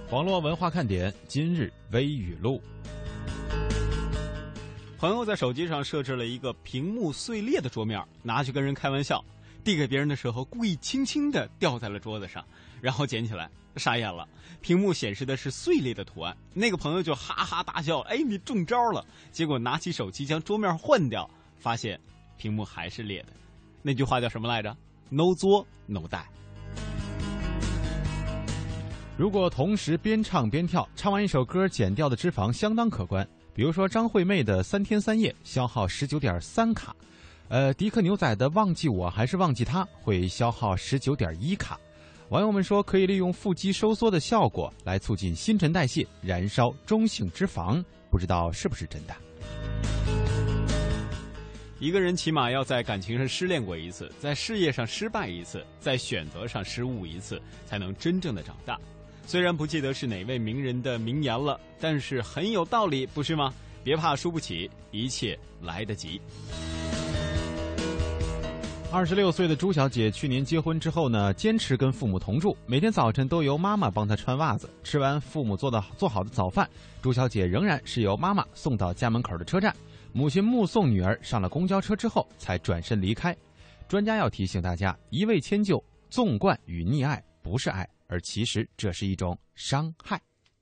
网络文化看点今日微语录。 朋友在手机上设置了一个屏幕碎裂的桌面，拿去跟人开玩笑，递给别人的时候故意轻轻地掉在了桌子上，然后捡起来，傻眼了，屏幕显示的是碎裂的图案。那个朋友就哈哈大笑，哎，你中招了。结果拿起手机将桌面换掉，发现屏幕还是裂的。那句话叫什么来着？ No 作 No die。 如果同时边唱边跳，唱完一首歌减掉的脂肪相当可观。比如说张惠妹的3天3夜消耗 19.3 卡，迪克牛仔的忘记我还是忘记他会消耗 19.1 卡。网友们说可以利用腹肌收缩的效果来促进新陈代谢，燃烧中性脂肪，不知道是不是真的。 一个人起码要在感情上失恋过一次，在事业上失败一次，在选择上失误一次，才能真正的长大。虽然不记得是哪位名人的名言了，但是很有道理，不是吗？别怕输不起，一切来得及。 26岁的朱小姐去年结婚之后呢，坚持跟父母同住，每天早晨都由妈妈帮她穿袜子。吃完父母做好的早饭，朱小姐仍然是由妈妈送到家门口的车站。母亲目送女儿上了公交车之后，才转身离开。专家要提醒大家，一味迁就、纵惯与溺爱不是爱，而其实这是一种伤害。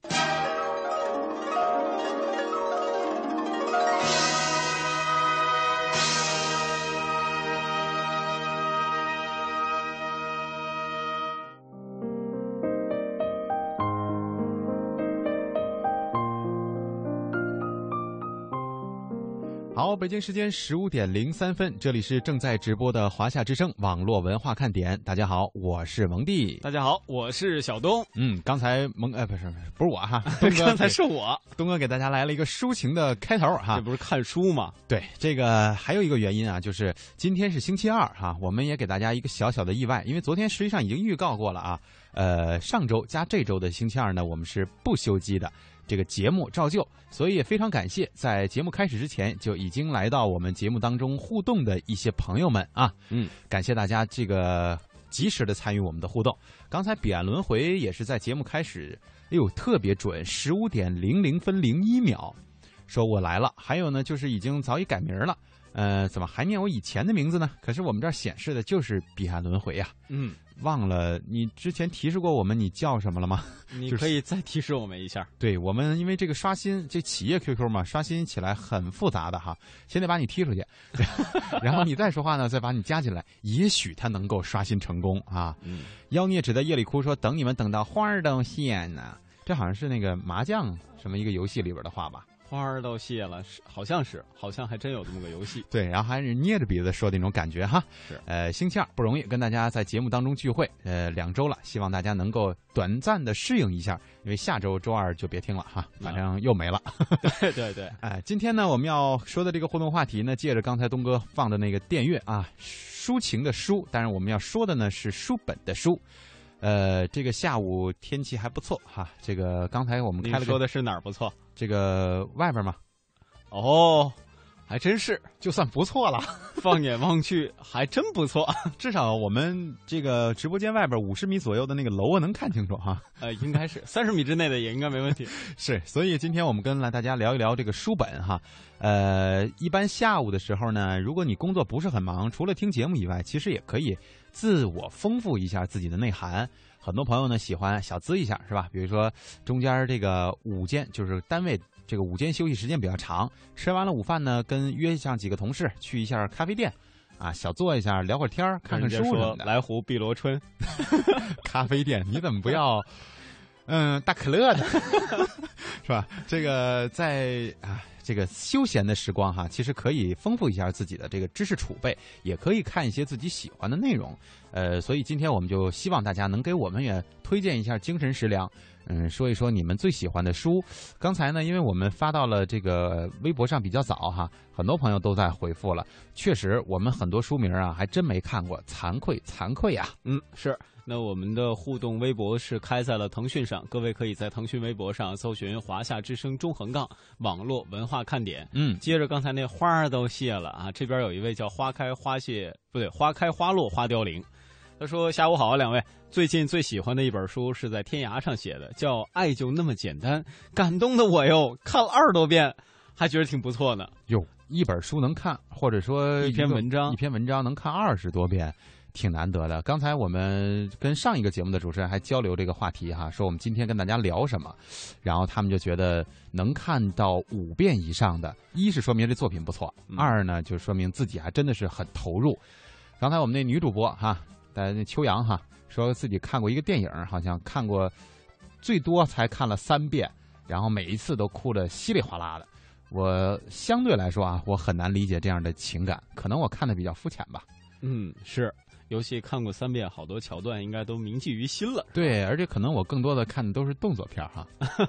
好，北京时间15点03分，这里是正在直播的华夏之声网络文化看点。大家好，我是蒙蒂。 大家好，我是小东。 刚才不是我哈， 刚才是我， 东哥给大家来了一个抒情的开头哈。 这不是看书吗？ 对，这个还有一个原因啊，就是今天是星期二哈，我们也给大家一个小小的意外，因为昨天实际上已经预告过了啊。上周加这周的星期二呢，我们是不休机的。这个节目照旧，所以也非常感谢在节目开始之前就已经来到我们节目当中互动的一些朋友们啊，感谢大家这个及时的参与我们的互动。刚才彼岸轮回也是在节目开始，特别准，15点00分01秒，说我来了。还有呢，就是已经早已改名了，怎么还念我以前的名字呢？可是我们这儿显示的就是彼岸轮回呀。忘了你之前提示过我们你叫什么了吗？ 你可以再提示我们一下。 对，我们因为这个刷新，这企业 QQ 嘛，刷新起来很复杂的哈，先得把你踢出去，然后你再说话呢，再把你加进来，也许他能够刷新成功啊。妖孽只在夜里哭说等你们等到花儿都谢呢，这好像是那个麻将什么一个游戏里边的话吧。 花儿都谢了，好像还真有这么个游戏。 对，然后还是捏着鼻子说的那种感觉哈。是，星期二不容易，跟大家在节目当中聚会，2周了，希望大家能够短暂的适应一下，因为下周周二就别听了哈，反正又没了。 对， 今天呢，我们要说的这个互动话题呢，借着刚才东哥放的那个电乐啊，抒情的抒，当然我们要说的呢是书本的书。这个下午天气还不错哈。这个刚才我们开了， 你说的是哪儿不错？ 这个外边嘛。 哦，还真是， 就算不错了。 放眼望去，还真不错。 至少我们这个直播间外边50米左右的那个楼能看清楚哈。 应该是30米之内的也应该没问题。 是，所以今天我们跟大家聊一聊这个书本哈。一般下午的时候呢，如果你工作不是很忙，除了听节目以外，其实也可以自我丰富一下自己的内涵。很多朋友呢喜欢小资一下，是吧？比如说中间这个午间，就是单位这个午间休息时间比较长，吃完了午饭呢，约上几个同事去一下咖啡店，啊，小坐一下聊会儿天，看看书什么的。 来壶碧螺春， 咖啡店你怎么不要大可乐的，是吧？这个在这个休闲的时光哈，其实可以丰富一下自己的这个知识储备，也可以看一些自己喜欢的内容。所以今天我们就希望大家能给我们也推荐一下精神食粮，说一说你们最喜欢的书。刚才呢，因为我们发到了这个微博上比较早哈，很多朋友都在回复了。确实，我们很多书名啊还真没看过，惭愧啊。 是。那我们的互动微博是开在了腾讯上，各位可以在腾讯微博上搜寻华夏之声中横杠网络文化看点。接着刚才那花儿都谢了啊，这边有一位叫花开花落花凋零， 他说：“下午好，两位。最近最喜欢的一本书是在天涯上写的，叫《爱就那么简单》，感动的我哟，看了20多遍，还觉得挺不错呢。 哟，一本书能看，或者说一篇文章能看20多遍，挺难得的。刚才我们跟上一个节目的主持人还交流这个话题哈，说我们今天跟大家聊什么，然后他们就觉得能看到5遍以上的，一是说明这作品不错，二呢就说明自己还真的是很投入。刚才我们那女主播哈，那秋阳哈，说自己看过一个电影，好像看过最多才看了3遍，然后每一次都哭得稀里哗啦的。我相对来说啊，我很难理解这样的情感，可能我看的比较肤浅吧。 是，尤其看过3遍，好多桥段应该都铭记于心了。 对，而且可能我更多的看的都是动作片哈。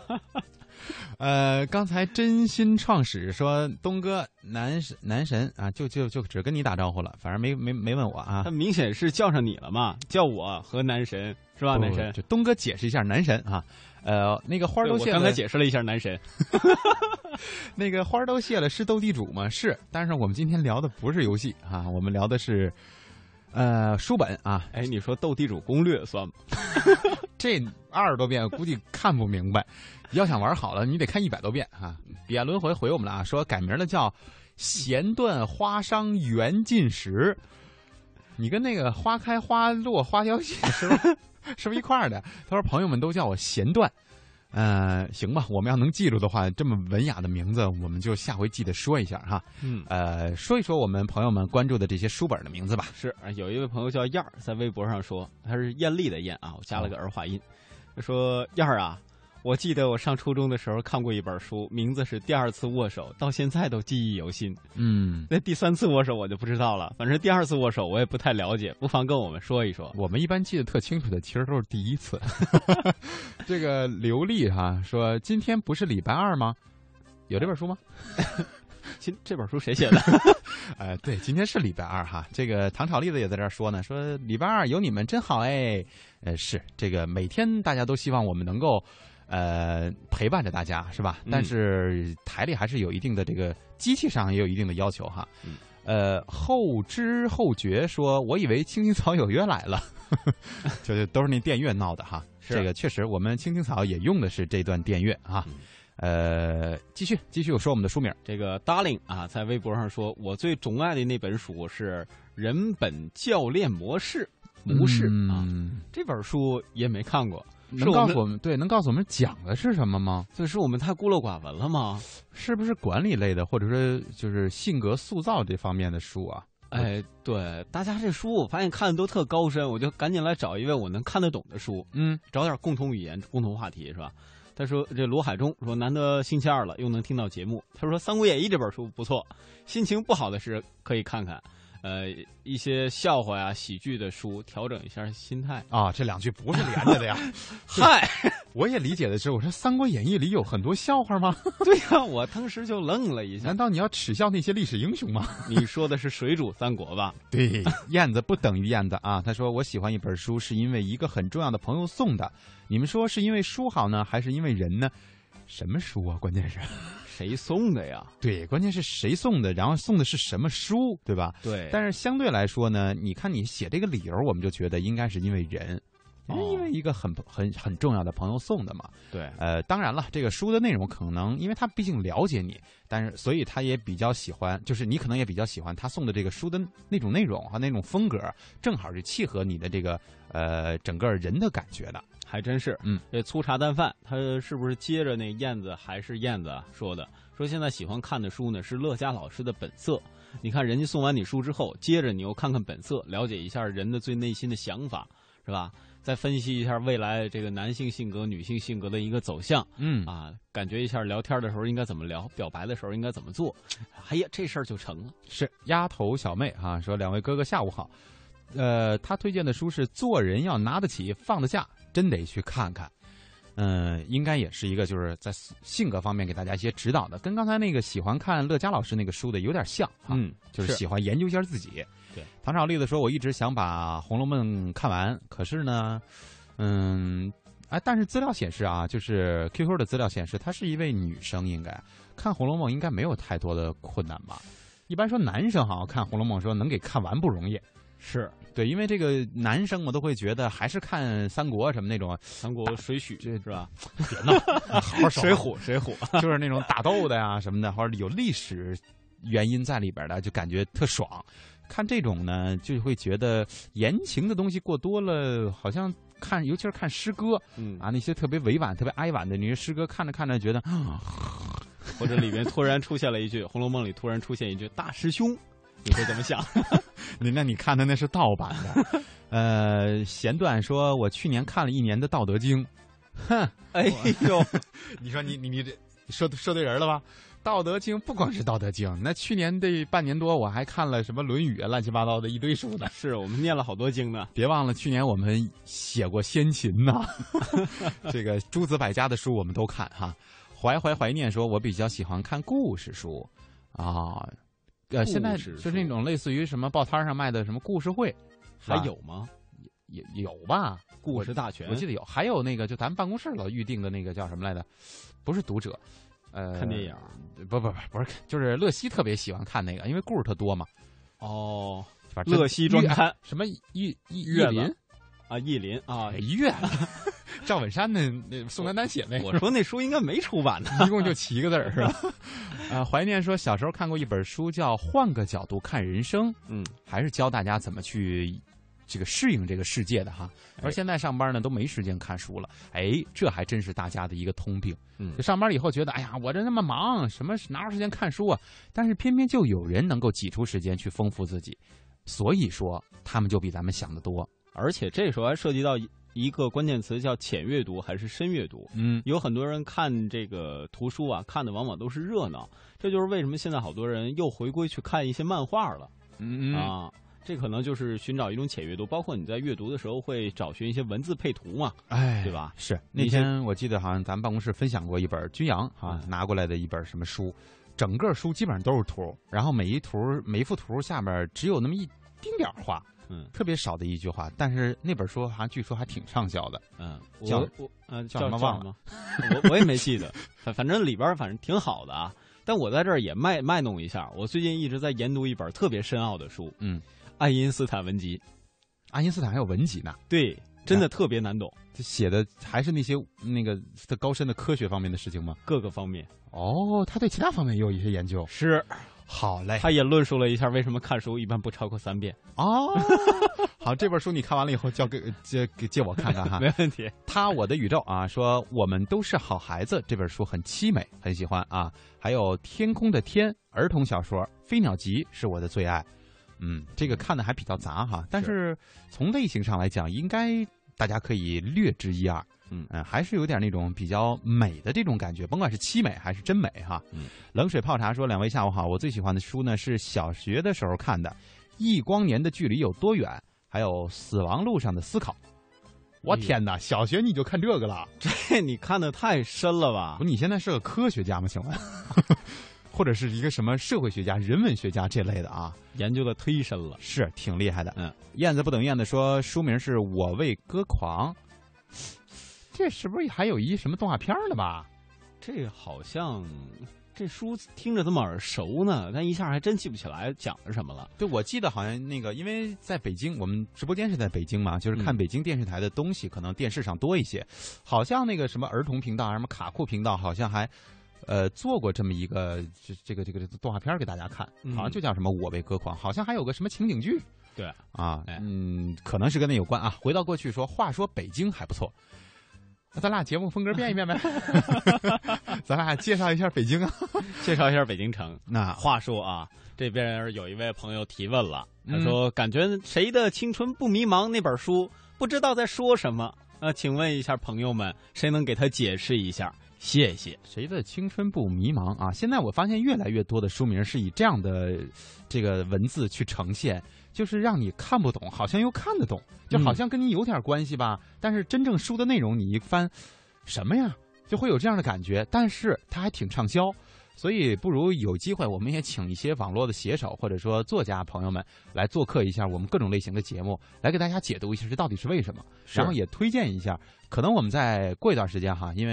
刚才真心创始说东哥男神啊，就只跟你打招呼了，反正没问我啊。 他明显是叫上你了嘛，叫我和男神是吧？男神， 就东哥解释一下男神啊。那个花都谢了， 我刚才解释了一下男神。 那个花都谢了是斗地主吗？是，但是我们今天聊的不是游戏啊，我们聊的是书本啊。 哎，你说斗地主攻略算吗？ 这20多遍估计看不明白，要想玩好了，你得看100多遍啊。彼岸轮回回我们了啊，说改名了叫弦断花伤缘尽时。你跟那个花开花落花凋谢是不是是不是一块儿的？他说朋友们都叫我弦断。行吧，我们要能记住的话，这么文雅的名字，我们就下回记得说一下哈。说一说我们朋友们关注的这些书本的名字吧。 是，有一位朋友叫燕儿，在微博上说，他是艳丽的艳啊，我加了个儿化音。他说燕儿啊，我记得我上初中的时候看过一本书，名字是《第2次握手》，到现在都记忆犹新。那第3次握手我就不知道了，反正第2次握手我也不太了解，不妨跟我们说一说。 我们一般记得特清楚的，其实都是第1次。这个刘丽哈说，今天不是礼拜2吗？有这本书吗？ 这本书谁写的？ 对，今天是礼拜2哈。这个唐朝栗子也在这儿说呢，说礼拜2有你们真好哎。是这个每天大家都希望我们能够陪伴着大家是吧？但是台里还是有一定的这个机器上也有一定的要求哈。后知后觉说，我以为青青草有约来了，就是都是那电乐闹的哈。这个确实，我们青青草也用的是这段电乐啊。继续说我们的书名。 这个 Darling 啊，在微博上说，我最钟爱的那本书是《人本教练模式》啊。这本书也没看过。 能告诉我们能告诉我们讲的是什么吗？ 这是我们太孤陋寡闻了吗？ 是不是管理类的，或者说就是性格塑造这方面的书啊？ 哎，对，大家这书我发现看的都特高深，我就赶紧来找一位我能看得懂的书，找点共同语言、共同话题是吧？他说这罗海中说，难得星期2了，又能听到节目。他说《三国演义》这本书不错，心情不好的时可以看看。一些笑话呀、喜剧的书，调整一下心态啊。这2句不是连着的呀。 嗨， 我也理解的是，我说《三国演义》里有很多笑话吗？ 对呀，我当时就愣了一下。 难道你要耻笑那些历史英雄吗？ 你说的是水煮三国吧？ 对，燕子不等于燕子啊。他说我喜欢一本书，是因为一个很重要的朋友送的。你们说是因为书好呢，还是因为人呢？什么书啊？关键是谁送的呀？ 对，关键是谁送的，然后送的是什么书，对吧？ 对。 但是相对来说呢，你看你写这个理由，我们就觉得应该是因为人，因为一个很重要的朋友送的嘛。 对。 当然了，这个书的内容可能因为他毕竟了解你，但是所以他也比较喜欢，就是你可能也比较喜欢他送的这个书的那种内容和那种风格，正好是契合你的这个整个人的感觉的。 还真是，这粗茶淡饭，他是不是接着那燕子还是燕子说的？说现在喜欢看的书呢是乐嘉老师的《本色》，你看人家送完你书之后，接着你又看看《本色》，了解一下人的最内心的想法，是吧？再分析一下未来这个男性性格、女性性格的一个走向，感觉一下聊天的时候应该怎么聊，表白的时候应该怎么做，哎呀，这事儿就成了。 是丫头小妹啊，说2位哥哥下午好。他推荐的书是《做人要拿得起放得下》，真得去看看。应该也是一个就是在性格方面给大家一些指导的，跟刚才那个喜欢看乐嘉老师那个书的有点像哈，就是喜欢研究一下自己。 对， 唐朝栗子说，我一直想把《红楼梦》看完，可是呢，但是资料显示啊，就是 QQ 的资料显示，她是一位女生，应该看《红楼梦》应该没有太多的困难吧？一般说男生好像看《红楼梦》说能给看完不容易。 是对，因为这个男生嘛都会觉得还是看三国什么那种三国水浒是吧？ 别闹，好好说。 水浒就是那种打斗的呀什么的，或者有历史原因在里边的，就感觉特爽。看这种呢，就会觉得言情的东西过多了，好像看，尤其是看诗歌，那些特别委婉、特别哀婉的那些诗歌，看着看着觉得， 或者里面突然出现了一句《红楼梦》里突然出现一句“大师兄”，你会怎么想？ 那你看的那是盗版的。弦段说，我去年看了1年的《道德经》，哼， 哎呦， 你说你这说对人了吧？《道德经》不光是《道德经》，那去年这半年多我还看了什么《论语》乱七八糟的一堆书呢。 是我们念了好多经呢。 别忘了，去年我们写过先秦呐，这个诸子百家的书我们都看哈。怀念说，我比较喜欢看故事书啊。现在就是那种类似于什么报摊上卖的什么故事会， 还有吗？ 也有吧， 故事大全我记得有，还有那个就咱们办公室老预定的那个叫什么来着？不是读者。 看电影， 不是，就是乐西特别喜欢看那个，因为故事特多嘛。 哦，乐西专刊什么意林啊，意林啊， 月赵本山那宋丹丹写那个。 我说那书应该没出版呢， 一共就7个字是吧？怀念说小时候看过一本书叫《换个角度看人生》，还是教大家怎么去这个适应这个世界的哈。而现在上班呢都没时间看书了，这还真是大家的一个通病。就上班以后觉得，哎呀，我这那么忙，哪有时间看书啊？但是偏偏就有人能够挤出时间去丰富自己，所以说他们就比咱们想得多。 而且这时候还涉及到一个关键词，叫浅阅读还是深阅读。有很多人看这个图书啊，看的往往都是热闹，这就是为什么现在好多人又回归去看一些漫画了。这可能就是寻找一种浅阅读，包括你在阅读的时候会找寻一些文字配图嘛，对吧？ 是那天我记得好像咱们办公室分享过一本君阳拿过来的一本什么书，整个书基本上都是图，然后每一幅图下面只有那么一丁点话，特别少的一句话，但是那本书好像据说还挺畅销的。叫什么忘了？ 我也没记得，反正里边反正挺好的啊。但我在这儿也卖弄一下，我最近一直在研读一本特别深奥的书，爱因斯坦文集。 爱因斯坦还有文集呢？ 对，真的特别难懂。 这写的还是那些高深的科学方面的事情吗？ 各个方面。 他对其他方面也有一些研究。 是， 好嘞。 他也论述了一下为什么看书一般不超过3遍。 好，这本书你看完了以后借我看看哈。 没问题。 我的宇宙啊，说我们都是好孩子，这本书很凄美，很喜欢啊。还有天空的天儿童小说，飞鸟集是我的最爱。这个看的还比较杂哈，但是从类型上来讲，应该大家可以略知一二。还是有点那种比较美的这种感觉，甭管是凄美还是真美哈。冷水泡茶说，两位下午好，我最喜欢的书呢是小学的时候看的《亿光年的距离有多远》，还有《死亡路上的思考》。我天哪，小学你就看这个了？ 这你看的太深了吧？ 不，你现在是个科学家吗？请问？或者是一个什么社会学家、人文学家这类的啊？ 研究的忒深了， 是挺厉害的。燕子不等燕子说，书名是我为歌狂，这是不是还有一什么动画片呢吧？ 这好像这书听着这么耳熟呢，但一下还真记不起来讲的什么了。 对，我记得好像因为在北京，我们直播间是在北京嘛，就是看北京电视台的东西，可能电视上多一些。好像那个什么儿童频道、什么卡酷频道，好像还做过这么一个这个动画片给大家看，好像就叫什么我为歌狂，好像还有个什么情景剧。 对啊，可能是跟那有关啊。回到过去说，话说北京还不错。咱俩节目风格变一变呗，咱俩介绍一下北京啊， 介绍一下北京城。 那话说啊，这边有一位朋友提问了，他说感觉谁的青春不迷茫那本书不知道在说什么，请问一下朋友们，谁能给他解释一下？谢谢。 谁的青春不迷茫啊？现在我发现越来越多的书名是以这样的这个文字去呈现，就是让你看不懂，好像又看得懂，就好像跟你有点关系吧。但是真正书的内容你一翻，什么呀，就会有这样的感觉。但是它还挺畅销，所以不如有机会我们也请一些网络的写手或者说作家朋友们来做客一下我们各种类型的节目，来给大家解读一下这到底是为什么，然后也推荐一下。可能我们再过一段时间哈，因为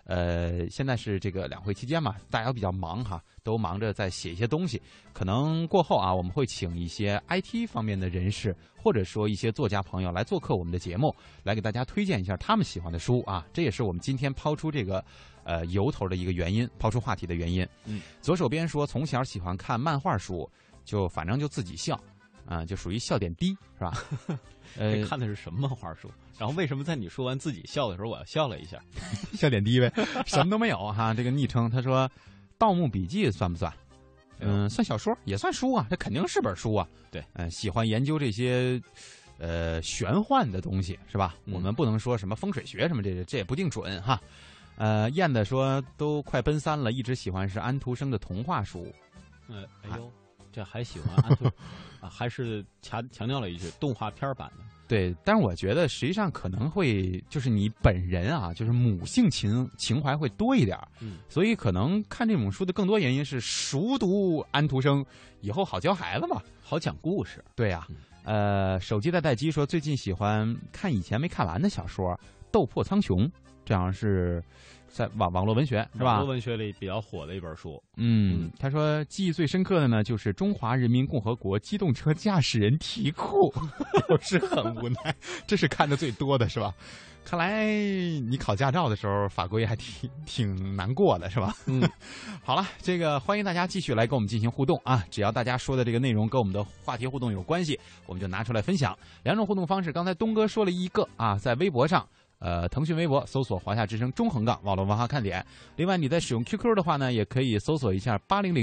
现在是这个两会期间嘛，大家比较忙哈，都忙着在写一些东西。可能过后啊，我们会请一些 IT 方面的人士，或者说一些作家朋友来做客我们的节目，来给大家推荐一下他们喜欢的书啊。这也是我们今天抛出这个由头的一个原因，抛出话题的原因。左手边说从小喜欢看漫画书，就反正就自己笑。就属于笑点低，是吧？ 看的是什么漫画书？然后为什么在你说完自己笑的时候，我要笑了一下？ 笑点低呗，什么都没有哈。这个昵称他说，《盗墓笔记》算不算？算小说，也算书啊，这肯定是本书啊。 对， 喜欢研究这些玄幻的东西，是吧？我们不能说什么风水学什么这也不定准哈。燕子说都快奔3了，一直喜欢是安徒生的童话书。 哎呦。这还喜欢安徒还是强调了一句动画片版的。 对，但是我觉得实际上可能会就是你本人啊，就是母性情怀会多一点，所以可能看这本书的更多原因是熟读安徒生，以后好教孩子嘛， 好讲故事。 对呀，手机的待机说最近喜欢看以前没看完的小说《斗破苍穹》，这好像是。在网络文学是吧？ 网络文学里比较火的一本书。 他说记忆最深刻的呢，就是中华人民共和国机动车驾驶人题库，又是很无奈，这是看的最多的是吧？看来你考驾照的时候法规还挺难过的是吧？好了，这个欢迎大家继续来跟我们进行互动啊！只要大家说的这个内容跟我们的话题互动有关系，我们就拿出来分享。2种互动方式，刚才东哥说了一个啊，在微博上。腾讯微博搜索华夏之声中横杠网络文化看点。另外你在使用 QQ 的话呢，也可以搜索一下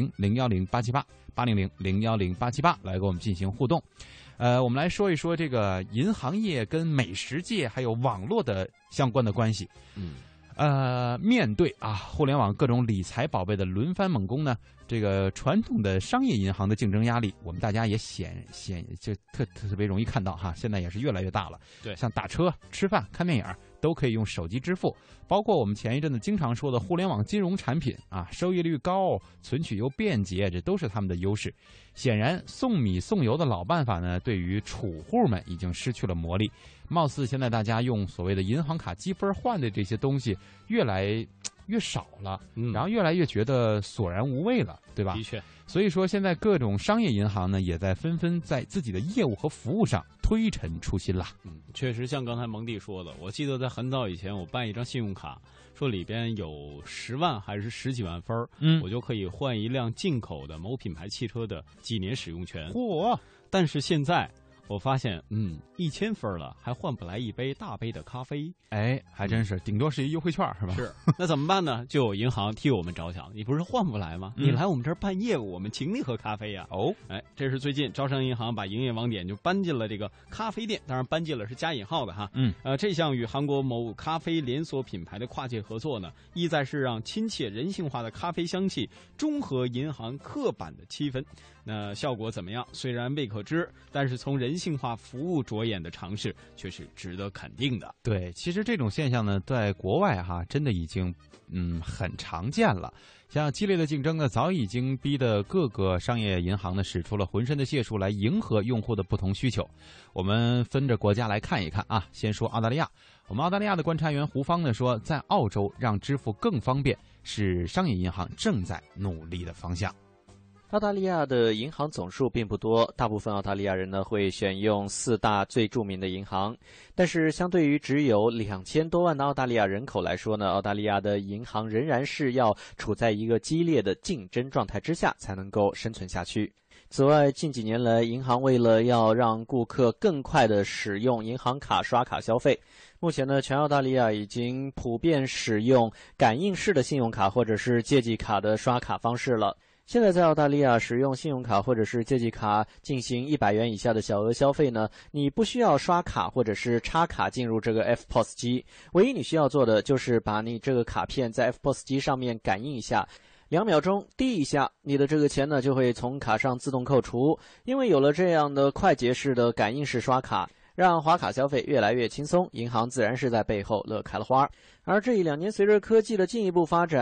800-010-878，800-010-878来跟我们进行互动。我们来说一说这个银行业跟美食界还有网络的相关的关系。面对互联网各种理财宝贝的轮番猛攻呢，这个传统的商业银行的竞争压力，我们大家也就特别容易看到哈，现在也是越来越大了。 对， 像打车、吃饭、看电影都可以用手机支付，包括我们前一阵子经常说的互联网金融产品啊，收益率高，存取又便捷，这都是他们的优势。显然，送米送油的老办法呢，对于储户们已经失去了魔力。貌似现在大家用所谓的银行卡积分换的这些东西越来越少了，然后越来越觉得索然无味了，对吧？ 的确， 所以说现在各种商业银行呢，也在纷纷在自己的业务和服务上推陈出新了。 确实像刚才蒙蒂说的，我记得在很早以前，我办一张信用卡，说里边有10万还是10几万分，我就可以换一辆进口的某品牌汽车的几年使用权。但是现在我发现，1000分了还换不来一杯大杯的咖啡， 还真是，顶多是一优惠券是吧？ 是，那怎么办呢？就有银行替我们着想，你不是换不来吗？你来我们这儿办业务，我们请你喝咖啡呀。这是最近招商银行把营业网点就搬进了这个咖啡店，当然搬进了是加引号的哈。这项与韩国某咖啡连锁品牌的跨界合作呢，意在是让亲切人性化的咖啡香气中和银行刻板的气氛。那效果怎么样？虽然未可知，但是从人性化服务着眼的尝试却是值得肯定的。 对，其实这种现象呢，在国外真的已经很常见了。像激烈的竞争呢，早已经逼得各个商业银行呢使出了浑身的解数来迎合用户的不同需求。我们分着国家来看一看啊。先说澳大利亚，我们澳大利亚的观察员胡芳呢说，在澳洲让支付更方便是商业银行正在努力的方向。 澳大利亚的银行总数并不多，大部分澳大利亚人呢会选用4大最著名的银行，但是相对于只有2000多万的澳大利亚人口来说呢，澳大利亚的银行仍然是要处在一个激烈的竞争状态之下才能够生存下去。此外，近几年来，银行为了要让顾客更快地使用银行卡刷卡消费，目前呢，全澳大利亚已经普遍使用感应式的信用卡或者是借记卡的刷卡方式了。现在在澳大利亚使用信用卡或者是借记卡进行100元以下的小额消费呢，你不需要刷卡或者是插卡进入这个 FPOS 机，唯一你需要做的就是把你这个卡片在 FPOS 机上面感应一下，2秒钟滴一下，你的这个钱呢就会从卡上自动扣除。因为有了这样的快捷式的感应式刷卡，让刷卡消费越来越轻松，银行自然是在背后乐开了花。而这1-2年随着科技的进一步发展，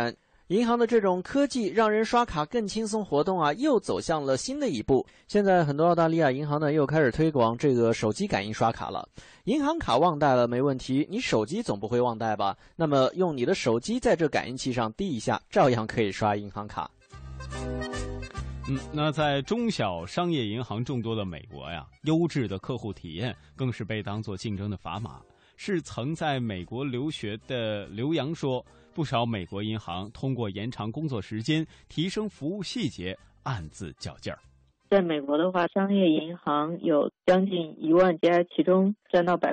银行的这种科技让人刷卡更轻松活动啊，又走向了新的一步。现在很多澳大利亚银行呢又开始推广这个手机感应刷卡了。银行卡忘带了没问题，你手机总不会忘带吧？那么用你的手机在这感应器上滴一下，照样可以刷银行卡。 那在中小商业银行众多的美国呀，优质的客户体验更是被当作竞争的砝码。是曾在美国留学的刘洋说，不少美国银行通过延长工作时间、提升服务细节，暗自较劲儿。 在美国的话，商业银行有将近1万家，其中占到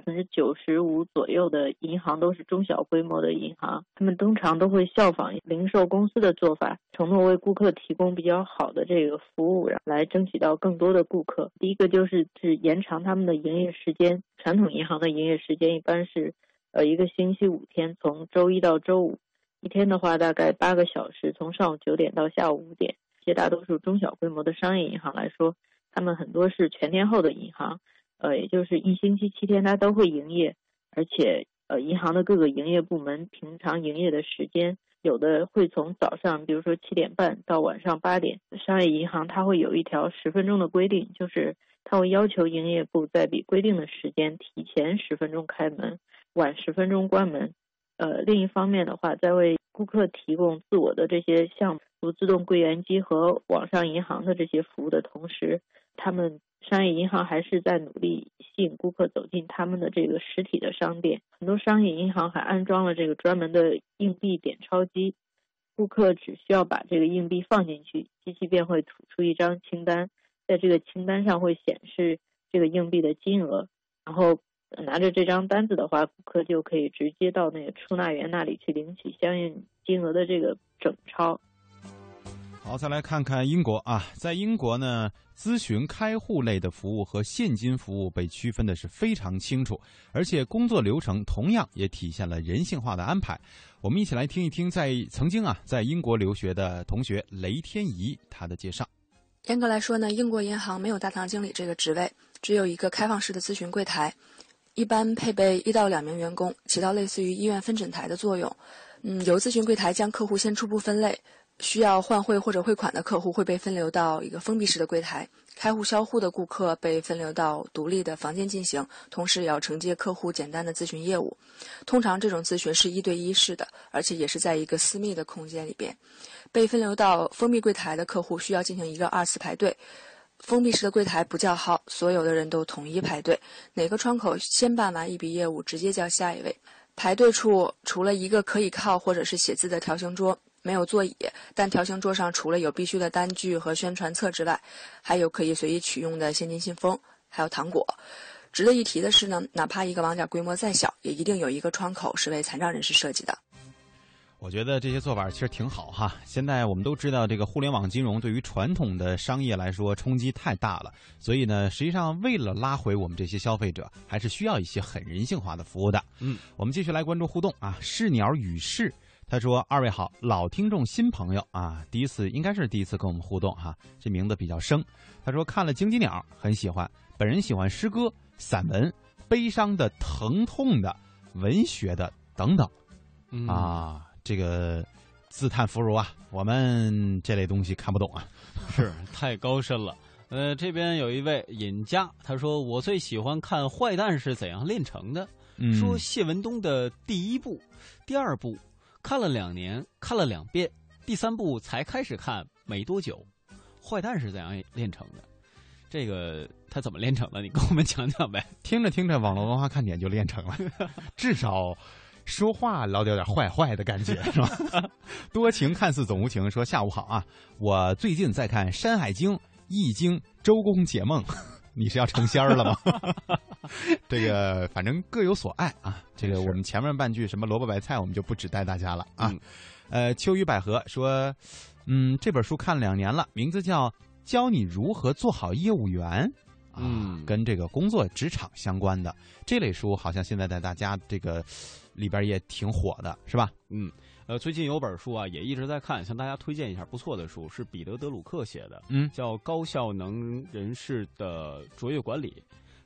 95%左右的银行都是中小规模的银行。他们通常都会效仿零售公司的做法，承诺为顾客提供比较好的这个服务，来争取到更多的顾客。第一个就是延长他们的营业时间。传统银行的营业时间一般是一个星期5天，从周一到周五，一天的话大概8个小时，从上午9点到下午5点。绝大多数中小规模的商业银行来说，他们很多是全天候的银行，也就是一星期7天它都会营业，而且银行的各个营业部门平常营业的时间，有的会从早上比如说7点半到晚上8点。商业银行它会有一条10分钟的规定，就是它会要求营业部在比规定的时间提前10分钟开门，晚10分钟关门。另一方面的话，在为顾客提供自我的这些项目，如自动柜员机和网上银行的这些服务的同时，他们商业银行还是在努力吸引顾客走进他们的这个实体的商店。很多商业银行还安装了这个专门的硬币点钞机，顾客只需要把这个硬币放进去，机器便会吐出一张清单，在这个清单上会显示这个硬币的金额，然后拿着这张单子的话，顾客就可以直接到那个出纳员那里去领取相应金额的这个整钞。 好，再来看看英国啊，在英国呢，咨询开户类的服务和现金服务被区分的是非常清楚，而且工作流程同样也体现了人性化的安排。我们一起来听一听曾经在英国留学的同学雷天怡他的介绍。 严格来说呢，英国银行没有大堂经理这个职位，只有一个开放式的咨询柜台，一般配备1到2名员工，起到类似于医院分诊台的作用。由咨询柜台将客户先初步分类，需要换汇或者汇款的客户会被分流到一个封闭式的柜台，开户销户的顾客被分流到独立的房间进行，同时也要承接客户简单的咨询业务。通常这种咨询是1对1式的，而且也是在一个私密的空间里边。被分流到封闭柜台的客户需要进行一个2次排队，封闭式的柜台不叫号，所有的人都统一排队，哪个窗口先办完一笔业务，直接叫下一位。排队处除了一个可以靠或者是写字的条形桌，没有座椅，但条形桌上除了有必须的单据和宣传册之外，还有可以随意取用的现金信封，还有糖果。值得一提的是呢，哪怕一个网点规模再小，也一定有一个窗口是为残障人士设计的。 我觉得这些做法其实挺好哈。现在我们都知道，这个互联网金融对于传统的商业来说冲击太大了，所以呢，实际上为了拉回我们这些消费者，还是需要一些很人性化的服务的。我们继续来关注互动啊。是鸟与世他说：“2位好，老听众新朋友啊，应该是第一次跟我们互动哈，这名字比较生。他说看了荆棘鸟很喜欢，本人喜欢诗歌、散文、悲伤的、疼痛的、文学的等等。啊。”这个自叹弗如啊，我们这类东西看不懂啊， 是太高深了。这边有一位尹佳，他说我最喜欢看《坏蛋是怎样炼成的》，说谢文东的第1部、第2部看了2年，看了2遍，第3部才开始看，没多久。坏蛋是怎样炼成的？这个他怎么炼成的？你跟我们讲讲呗。 听着听着，网络文化看点就炼成了，至少。说话老有点坏坏的感觉是吧？多情看似总无情说下午好啊，我最近在看《山海经》《易经》《周公解梦》，你是要成仙了吗？这个反正各有所爱啊。这个我们前面半句什么萝卜白菜我们就不指代大家了啊。秋雨百合说，这本书看了2年了，名字叫《教你如何做好业务员》。跟这个工作职场相关的这类书，好像现在在大家这个里边也挺火的，是吧？ 最近有本书啊，也一直在看，向大家推荐一下不错的书，是彼得·德鲁克写的，叫《高效能人士的卓越管理》。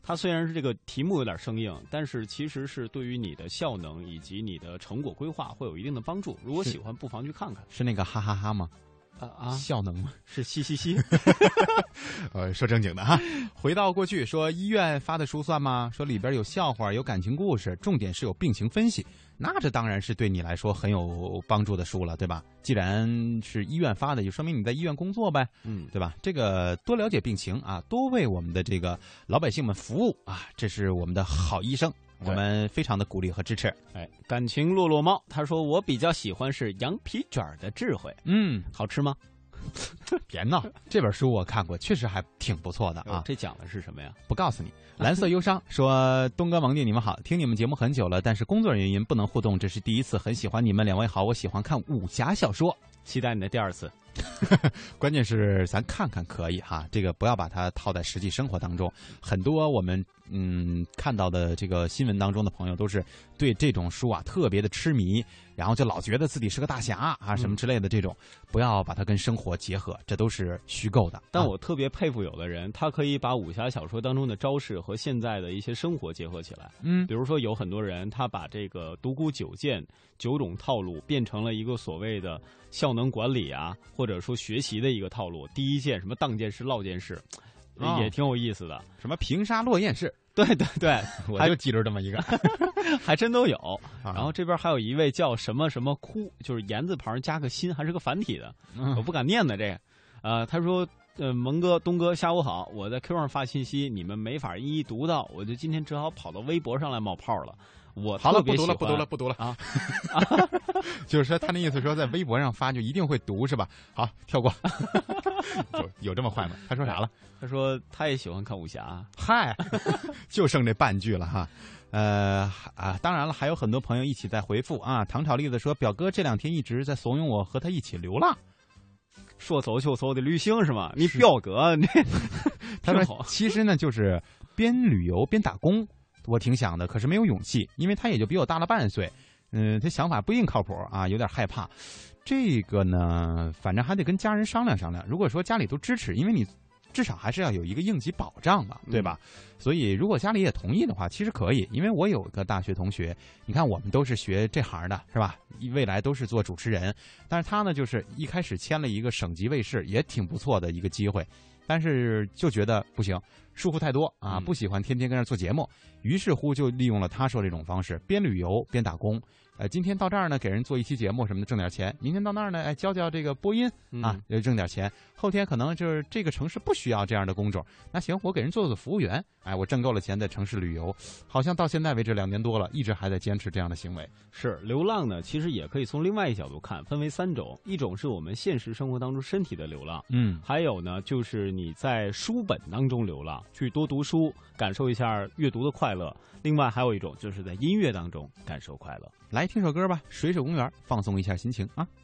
它虽然是这个题目有点生硬，但是其实是对于你的效能以及你的成果规划会有一定的帮助。如果喜欢，不妨去看看。 是那个哈哈哈吗？效能吗？ 是嘻嘻嘻。 说正经的哈。回到过去，说医院发的书算吗？说里边有笑话，有感情故事，重点是有病情分析。那这当然是对你来说很有帮助的书了，对吧？既然是医院发的，就说明你在医院工作呗，对吧？这个多了解病情啊，多为我们的这个老百姓们服务啊，这是我们的好医生，我们非常的鼓励和支持。 感情落落猫他说我比较喜欢是羊皮卷的智慧，好吃吗？ 别闹，这本书我看过，确实还挺不错的啊。 这讲的是什么呀？ 不告诉你。蓝色忧伤说，东哥王弟你们好，听你们节目很久了，但是工作原因不能互动，这是第一次，很喜欢你们两位好，我喜欢看武侠小说， 期待你的第二次。 关键是咱看看可以哈，这个不要把它套在实际生活当中。很多我们看到的这个新闻当中的朋友都是对这种书啊特别的痴迷，然后就老觉得自己是个大侠啊什么之类的，这种不要把它跟生活结合，这都是虚构的。 但我特别佩服有的人，他可以把武侠小说当中的招式和现在的一些生活结合起来。比如说有很多人他把这个独孤九剑9种套路变成了一个所谓的效能管理啊，或者说学习的一个套路。第一剑什么当剑式、烙剑式，也挺有意思的。 什么平沙落雁式， 对对对， 我就记着这么一个， 还真都有。然后这边还有一位叫什么什么哭，就是言字旁加个心，还是个繁体的，我不敢念的这个。他说蒙哥、东哥，下午好！我在 Q 上发信息，你们没法一一读到，我就今天只好跑到微博上来冒泡了。我好了， 不读了啊！就是说他那意思说在微博上发就一定会读是吧？好，跳过。有这么坏吗？他说啥了？ 他说他也喜欢看武侠。 嗨，就剩这半句了哈。当然了，还有很多朋友一起在回复啊。唐朝栗子说，表哥这2天一直在怂恿我和他一起流浪。 说走就走的旅行是吗？你表哥， 他说其实呢就是边旅游边打工。我挺想的，可是没有勇气，因为他也就比我大了半岁，他想法不一定靠谱啊，有点害怕。这个呢，反正还得跟家人商量商量。如果说家里都支持，因为你至少还是要有一个应急保障吧，对吧？所以如果家里也同意的话，其实可以。因为我有个大学同学，你看我们都是学这行的，是吧？未来都是做主持人，但是他呢，就是一开始签了一个省级卫视，也挺不错的一个机会。但是就觉得不行，束缚太多啊，不喜欢天天跟那做节目，于是乎就利用了他说这种方式，边旅游边打工。今天到这儿呢，给人做一期节目什么的，挣点钱；明天到那儿呢，教这个播音啊，挣点钱。后天可能就是这个城市不需要这样的工种，那行，我给人做服务员，我挣够了钱在城市旅游。好像到现在为止2年多了，一直还在坚持这样的行为。 是流浪呢，其实也可以从另外一角度看，分为3种，一种是我们现实生活当中身体的流浪，还有呢就是你在书本当中流浪，去多读书，感受一下阅读的快乐。另外还有一种就是在音乐当中感受快乐。 来听首歌吧，水手公园，放松一下心情啊。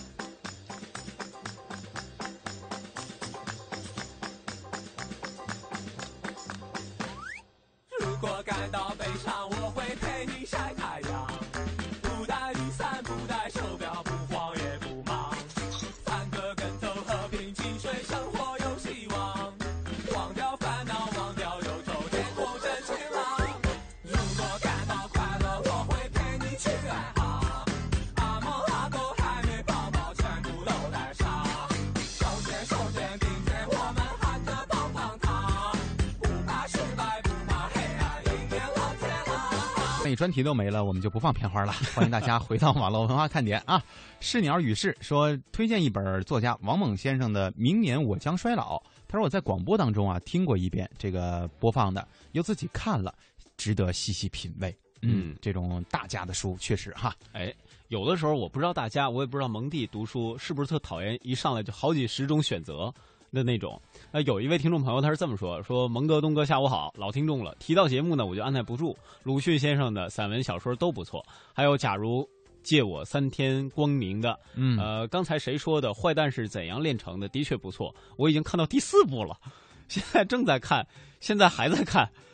如果感到悲伤，我会陪你晒太阳，不带雨伞，不带手表，不慌也不忙，3个跟头和平进水，生活有希望，忘掉烦恼，忘掉忧愁，天空真晴朗。如果感到快乐，我会陪你去爱好，阿猫阿狗海绵宝宝全部都带上，手牵手肩并肩，我们喊着棒棒糖，不怕失败，不怕黑暗，迎面老天郎。 那专题都没了，我们就不放片花了。欢迎大家回到网络文化看点啊！是鸟与世说推荐一本作家王猛先生的《明年我将衰老》。他说我在广播当中啊听过一遍这个播放的，又自己看了，值得细细品味。这种大家的书确实哈。 有的时候我不知道大家，我也不知道蒙蒂读书是不是特讨厌一上来就好几10种选择的那种。有一位听众朋友他是这么说蒙哥东哥下午好，老听众了，提到节目呢我就按捺不住，鲁迅先生的散文小说都不错，还有假如借我3天光明的，刚才谁说的坏蛋是怎样炼成的确不错，我已经看到第4部了，现在正在看，现在还在看，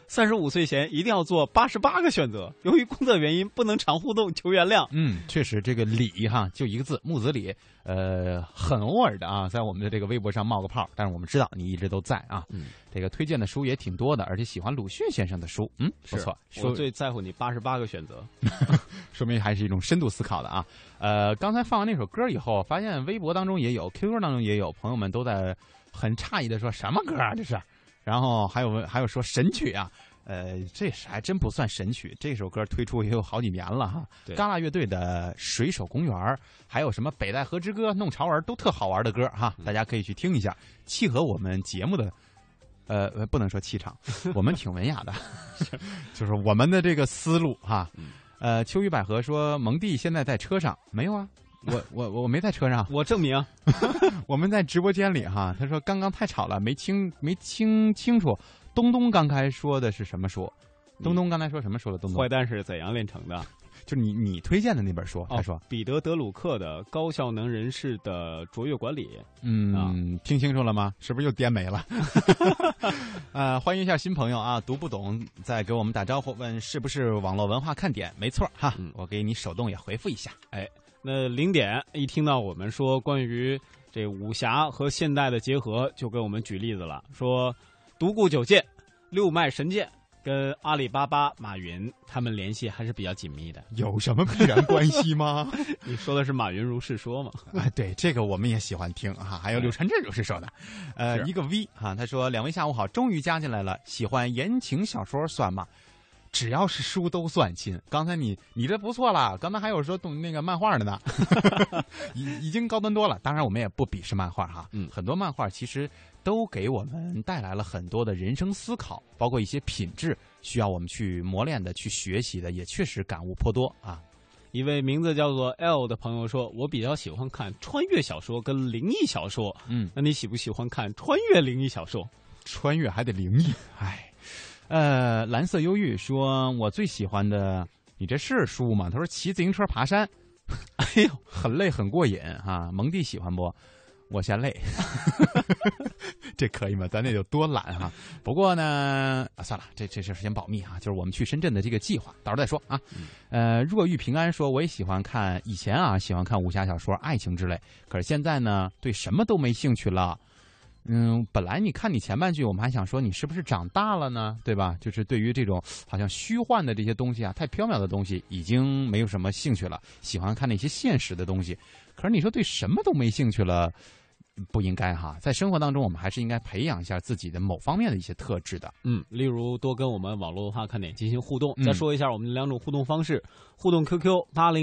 35岁前一定要做88个选择，由于工作原因不能常互动，求原谅。 确实这个李哈就一个字木子李，很偶尔的啊，在我们的这个微博上冒个泡，但是我们知道你一直都在啊。这个推荐的书也挺多的，而且喜欢鲁迅先生的书，不错。 我最在乎你88个选择， 说明还是一种深度思考的啊。刚才放完那首歌以后，发现微博当中也有 ，QQ 当中也有朋友们都在很诧异的说什么歌啊这是，然后还有说神曲啊。这是还真不算神曲，这首歌推出也有好几年了哈。嘎啦乐队的《水手公园》，还有什么《北戴河之歌》、《弄潮儿》都特好玩的歌哈，大家可以去听一下，契合我们节目的。不能说气场，我们挺文雅的，就是我们的这个思路哈。秋雨百合说蒙蒂现在在车上没有啊？我没在车上， 我证明我们在直播间里哈。他说刚刚太吵了，没听清楚。东东刚才说的是什么书？东东刚才说什么书了？东东， 坏蛋是怎样炼成的？ 就是你推荐的那本书，他说彼得·德鲁克的《高效能人士的卓越管理》。 听清楚了吗？是不是又颠没了？欢迎一下新朋友啊！读不懂再给我们打招呼，问是不是网络文化看点？没错哈，我给你手动也回复一下。 那0点一听到我们说关于这武侠和现代的结合，就给我们举例子了，说独孤九剑、六脉神剑。跟阿里巴巴、马云他们联系还是比较紧密的， 有什么必然关系吗？ 你说的是马云如是说吗？ 对，这个我们也喜欢听哈。还有柳传志如是说的，一个 V 哈，他说2位下午好，终于加进来了，喜欢言情小说算吗？只要是书都算亲。刚才你这不错啦，刚才还有说动那个漫画的呢，已经高端多了。当然我们也不鄙视漫画哈，很多漫画其实都给我们带来了很多的人生思考，包括一些品质需要我们去磨练的、去学习的，也确实感悟颇多啊。 一位名字叫做 L 的朋友说，我比较喜欢看穿越小说跟灵异小说。那你喜不喜欢看穿越灵异小说？ 穿越还得灵异，蓝色忧郁说，我最喜欢的，你这是书吗？他说骑自行车爬山，哎呦，很累很过瘾哈。蒙蒂喜欢不？我嫌累，这可以吗？咱这有多懒哈。不过呢，算了，这事先保密哈。就是我们去深圳的这个计划，到时候再说啊。若遇平安说，我也喜欢看，以前啊喜欢看武侠小说、爱情之类，可是现在呢，对什么都没兴趣了。本来你看你前半句，我们还想说你是不是长大了呢，对吧？就是对于这种好像虚幻的这些东西啊，太缥缈的东西，已经没有什么兴趣了，喜欢看那些现实的东西。可是你说对什么都没兴趣了，不应该哈。在生活当中，我们还是应该培养一下自己的某方面的一些特质的。 例如多跟我们网络文化看点进行互动。再说一下我们的2种互动方式：互动 QQ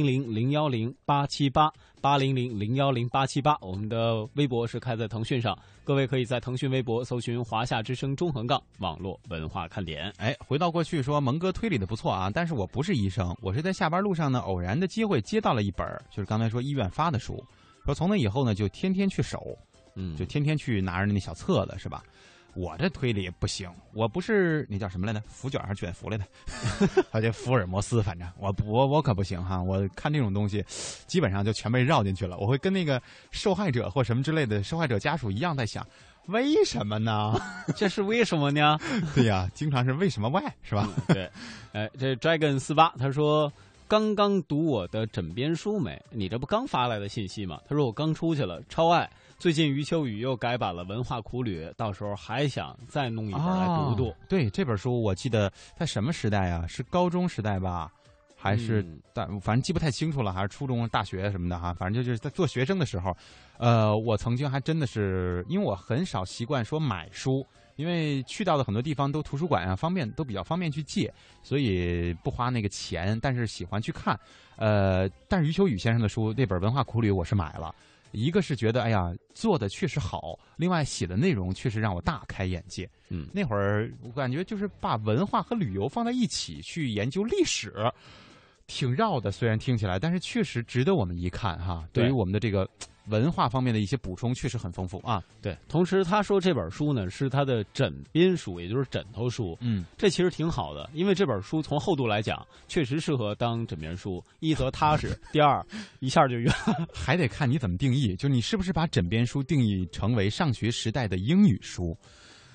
800-010-878，800-010-878。我们的微博是开在腾讯上，各位可以在腾讯微博搜寻华夏之声中横杠网络文化看点。 回到过去说，蒙哥推理的不错啊，但是我不是医生，我是在下班路上呢偶然的机会接到了一本，就是刚才说医院发的书。说从那以后呢，就天天去守，就天天去拿着那小册子，是吧？我这推理不行，我不是那叫什么来着，福卷还是卷福来的？好像福尔摩斯，反正我可不行哈！我看这种东西，基本上就全被绕进去了。我会跟那个受害者或什么之类的受害者家属一样在想，为什么呢？ 这是为什么呢？ 对呀，经常是为什么 why 是吧？ 对，这 Dragon48 他说。刚刚读我的枕边书没？你这不刚发来的信息吗？他说我刚出去了，超爱。最近余秋雨又改版了《文化苦旅》，到时候还想再弄一本来读读。 对，这本书我记得在什么时代啊？是高中时代吧？还是反正记不太清楚了，还是初中、大学什么的哈？反正就是在做学生的时候，我曾经还真的是，因为我很少习惯说买书。因为去到的很多地方都图书馆啊，都比较方便去借，所以不花那个钱，但是喜欢去看。但是余秋雨先生的书那本《文化苦旅》我是买了，一个是觉得哎呀做的确实好，另外写的内容确实让我大开眼界。那会儿我感觉就是把文化和旅游放在一起去研究历史，挺绕的，虽然听起来，但是确实值得我们一看哈。对于我们的这个文化方面的一些补充确实很丰富啊。 对，同时他说这本书呢是他的枕边书，也就是枕头书。这其实挺好的，因为这本书从厚度来讲，确实适合当枕边书。一则踏实，第二一下就圆。 还得看你怎么定义，就你是不是把枕边书定义成为上学时代的英语书？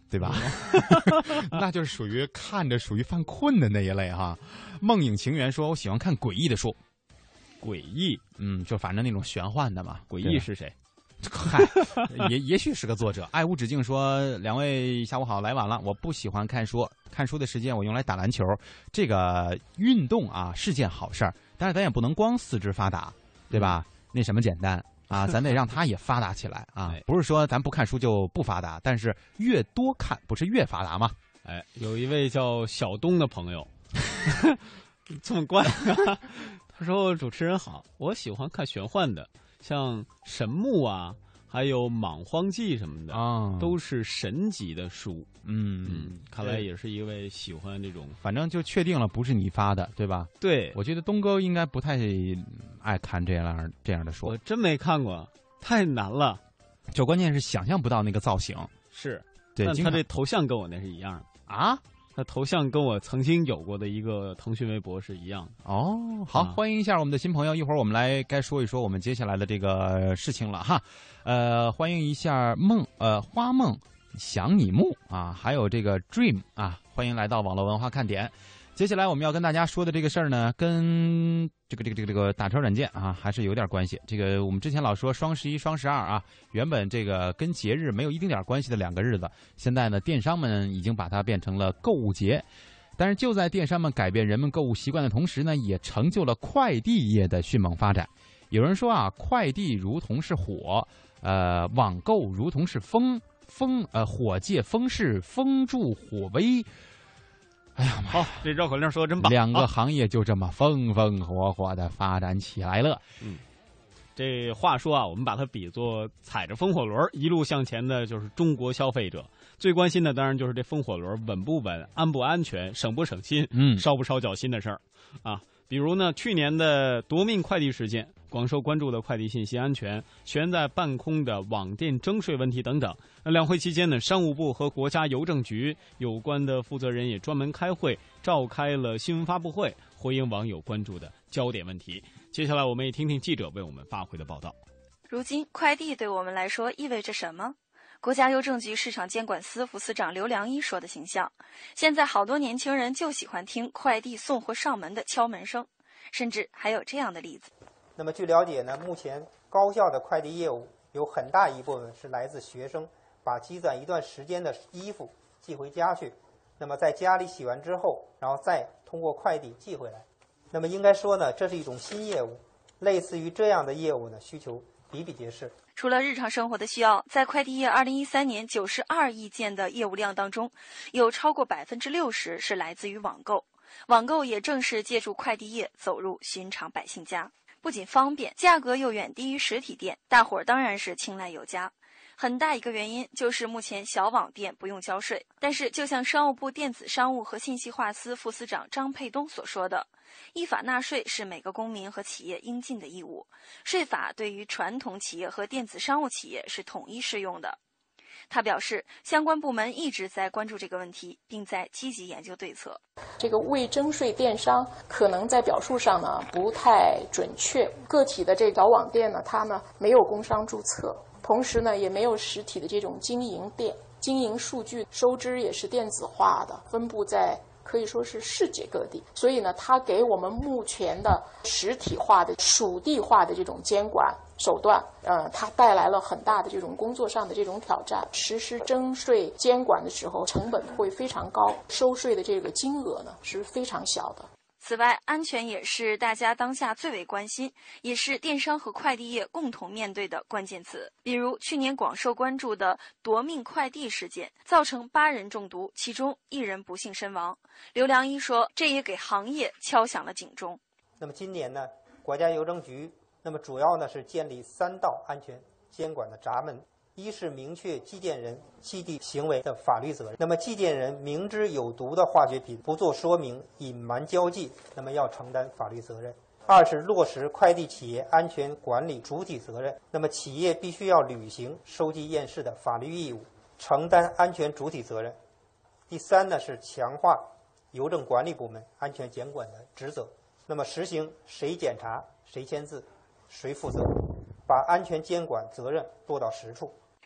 对吧？那就是属于看着属于犯困的那一类哈。梦影情缘说：“我喜欢看诡异的书， 诡异， 就反正那种玄幻的嘛。 诡异是谁？ 嗨，也许是个作者。爱无止境说：“两位下午好，来晚了。我不喜欢看书，看书的时间我用来打篮球。这个运动啊是件好事儿，但是咱也不能光四肢发达，对吧？那什么简单。”啊，咱得让他也发达起来啊！不是说咱不看书就不发达，但是越多看不是越发达吗？ 哎，有一位叫小东的朋友，这么怪啊！他说：“主持人好，我喜欢看玄幻的，像神木啊，还有莽荒纪什么的啊， 都是神级的书。看来也是一位喜欢这种， 反正就确定了不是你发的，对吧？ 对， 我觉得东哥应该不太爱看这样的书。 我真没看过，太难了。 就关键是想象不到那个造型。 是， 对， 但他这头像跟我那是一样的啊。 他头像跟我曾经有过的一个腾讯微博是一样的。 哦，好，欢迎一下我们的新朋友。一会儿我们来该说一说我们接下来的这个事情了哈。欢迎一下花梦想你木啊，还有这个 Dream 啊，欢迎来到网络文化看点。接下来我们要跟大家说的这个事儿呢，跟这个打车软件啊还是有点关系。这个我们之前老说双11、双12啊，原本这个跟节日没有一丁点关系的2个日子，现在呢电商们已经把它变成了购物节。但是就在电商们改变人们购物习惯的同时呢，也成就了快递业的迅猛发展。有人说啊，快递如同是火，网购如同是火借风势，风助火威。哎呀妈！ 好，这绕口令说的真棒。 2个行业就这么风风火火的发展起来了。 这话说啊，我们把它比作踩着风火轮一路向前的，就是中国消费者最关心的，当然就是这风火轮稳不稳、安不安全、省不省心、烧不烧脚心的事儿啊。比如呢，去年的夺命快递事件，广受关注的快递信息安全、悬在半空的网店征税问题等等。两会期间呢，商务部和国家邮政局有关的负责人也专门开会，召开了新闻发布会，回应网友关注的焦点问题。接下来我们也听听记者为我们发回的报道。 如今快递对我们来说意味着什么？国家邮政局市场监管司副司长刘良一说的形象，现在好多年轻人就喜欢听快递送货上门的敲门声，甚至还有这样的例子。 那么据了解呢，目前高校的快递业务有很大一部分是来自学生把积攒一段时间的衣服寄回家去，那么在家里洗完之后，然后再通过快递寄回来。那么应该说呢，这是一种新业务，类似于这样的业务呢，需求比比皆是。 除了日常生活的需要，在快递业2013年92亿件的业务量当中，有超过60%是来自于网购。网购也正是借助快递业走入寻常百姓家，不仅方便，价格又远低于实体店，大伙儿当然是青睐有加。很大一个原因就是目前小网店不用交税，但是就像商务部电子商务和信息化司副司长张沛东所说的，依法纳税是每个公民和企业应尽的义务，税法对于传统企业和电子商务企业是统一适用的。他表示，相关部门一直在关注这个问题，并在积极研究对策。 这个未征税电商可能在表述上呢不太准确，个体的这个小网店呢，它呢没有工商注册，同时呢也没有实体的这种经营店，经营数据收支也是电子化的，分布在可以说是世界各地，所以呢，它给我们目前的实体化的属地化的这种监管手段，它带来了很大的这种工作上的这种挑战。实施征税监管的时候，成本会非常高，收税的这个金额呢是非常小的。 此外，安全也是大家当下最为关心，也是电商和快递业共同面对的关键词。比如去年广受关注的夺命快递事件，造成8人中毒，其中1人不幸身亡。刘良一说，这也给行业敲响了警钟。 那么今年呢，国家邮政局那么主要呢是建立3道安全监管的闸门。一是明确寄件人寄递行为的法律责任，那么寄件人明知有毒的化学品不做说明，隐瞒交寄，那么要承担法律责任。2是落实快递企业安全管理主体责任，那么企业必须要履行收寄验视的法律义务，承担安全主体责任。第3呢是强化邮政管理部门安全监管的职责，那么实行谁检查谁签字谁负责，把安全监管责任落到实处。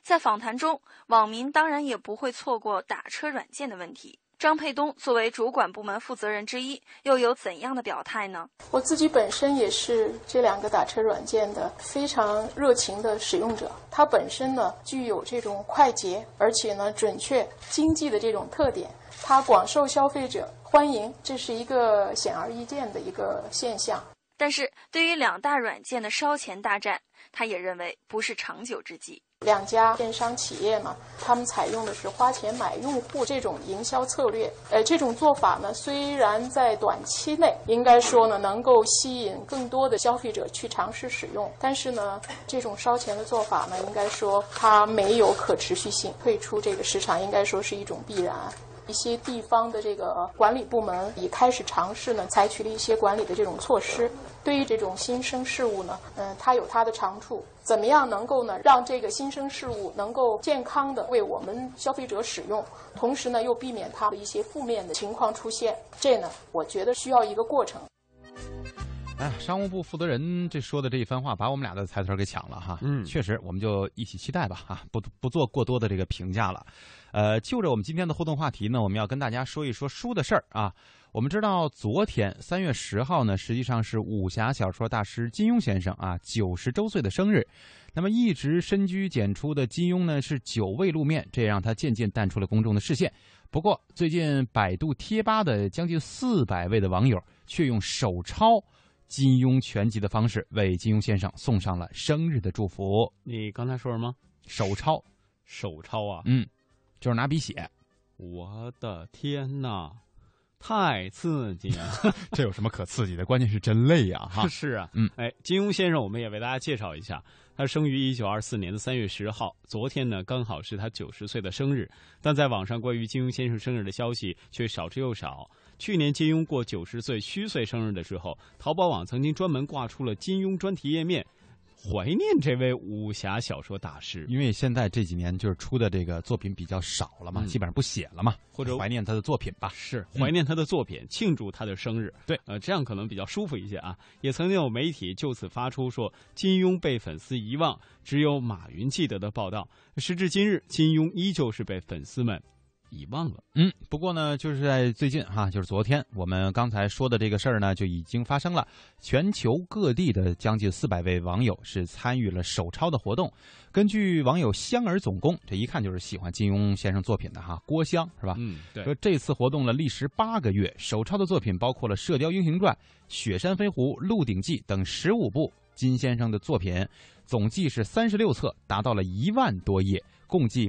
在访谈中，网民当然也不会错过打车软件的问题。张沛东作为主管部门负责人之一，又有怎样的表态呢？ 我自己本身也是这2个打车软件的非常热情的使用者，它本身呢具有这种快捷而且呢准确、经济的这种特点，它广受消费者欢迎，这是一个显而易见的一个现象。 但是对于2大软件的烧钱大战，他也认为不是长久之计。 2家电商企业呢，他们采用的是花钱买用户这种营销策略。这种做法呢，虽然在短期内应该说呢能够吸引更多的消费者去尝试使用，但是呢，这种烧钱的做法呢，应该说它没有可持续性，退出这个市场应该说是一种必然。一些地方的这个管理部门也开始尝试呢，采取了一些管理的这种措施。对于这种新生事物呢，它有它的长处，怎么样能够呢让这个新生事物能够健康的为我们消费者使用，同时呢又避免它的一些负面的情况出现，这呢我觉得需要一个过程。 商务部负责人这说的这一番话，把我们俩的台词给抢了哈。确实，我们就一起期待吧啊，不做过多的这个评价了。就着我们今天的互动话题呢，我们要跟大家说一说书的事儿啊。我们知道，昨天3月10号呢，实际上是武侠小说大师金庸先生啊90周岁的生日。那么一直深居简出的金庸呢，是久未露面，这也让他渐渐淡出了公众的视线。不过，最近百度贴吧的将近400位的网友却用手抄金庸全集的方式为金庸先生送上了生日的祝福。 你刚才说什么？ 手抄啊？就是拿笔写。 我的天哪，太刺激了！ 这有什么可刺激的？关键是真累呀！哈， 是啊，金庸先生，我们也为大家介绍一下，他生于1924年的3月10号，昨天呢刚好是他90岁的生日。但在网上关于金庸先生生日的消息却少之又少。去年金庸过90岁虚岁生日的时候，淘宝网曾经专门挂出了金庸专题页面，怀念这位武侠小说大师。 因为现在这几年就是出的这个作品比较少了嘛，基本上不写了嘛， 或者怀念他的作品吧。 是怀念他的作品，庆祝他的生日。 对， 这样可能比较舒服一些啊。也曾经有媒体就此发出说金庸被粉丝遗忘，只有马云记得的报道。时至今日，金庸依旧是被粉丝们遗忘了。 不过呢，就是在最近哈，就是昨天我们刚才说的这个事儿呢，就已经发生了。全球各地的将近400位网友是参与了手抄的活动。根据网友香儿总工，这一看就是喜欢金庸先生作品的哈，郭香是吧？ 对。 说这次活动历时8个月，手抄的作品包括了《射雕英雄传》《雪山飞狐》《鹿鼎记》等15部金先生的作品，总计是36册，达到了1万多页，共计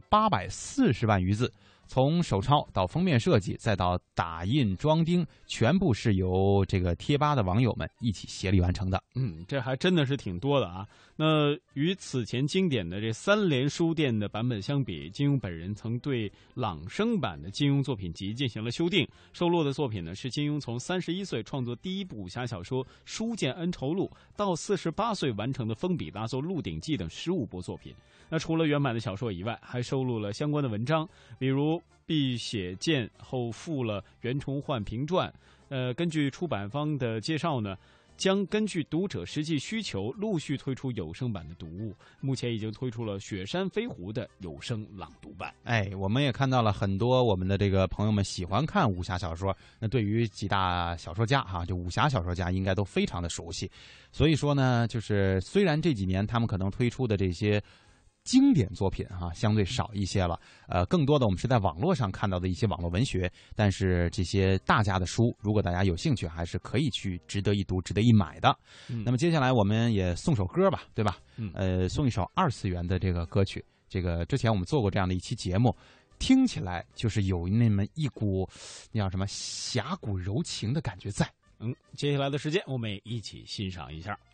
840万余字。从手抄到封面设计，再到打印装订，全部是由这个贴吧的网友们一起协力完成的。 这还真的是挺多的啊。那与此前经典的这3联书店的版本相比，金庸本人曾对朗声版的金庸作品集进行了修订。收录的作品呢，是金庸从31岁创作第一部武侠小说《书剑恩仇录》到48岁完成的封笔大作《鹿鼎记》等15部作品。那除了原版的小说以外，还收录了相关的文章，比如碧血剑后附了袁崇焕评传。根据出版方的介绍呢，将根据读者实际需求陆续推出有声版的读物，目前已经推出了《雪山飞狐》的有声朗读版。 我们也看到了很多我们的这个朋友们喜欢看武侠小说，那对于几大小说家哈，就武侠小说家应该都非常的熟悉。所以说呢，就是虽然这几年他们可能推出的这些经典作品相对少一些了，更多的我们是在网络上看到的一些网络文学，但是这些大家的书，如果大家有兴趣，还是可以去值得一读、值得一买的。那么接下来我们也送首歌吧，对吧？送一首2次元的这个歌曲。这个之前我们做过这样的一期节目，听起来就是有那么一股那叫什么侠骨柔情的感觉在。 接下来的时间我们也一起欣赏一下。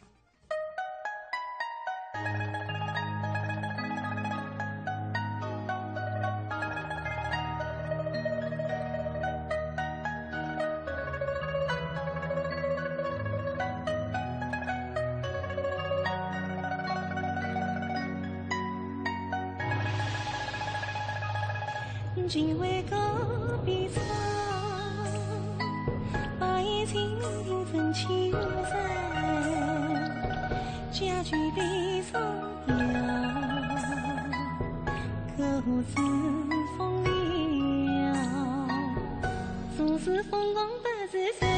只为告别苍，把爱情平分秋散，家具悲伤了， 独自风流，总是风光不自在，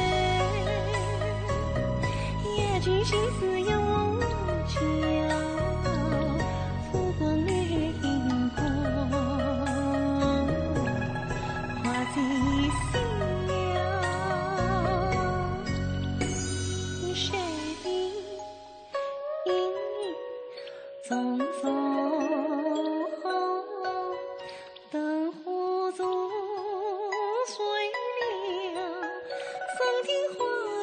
也许心思有无求，浮光掠影空，花在心了，谁的匆匆，灯火中水了，松间花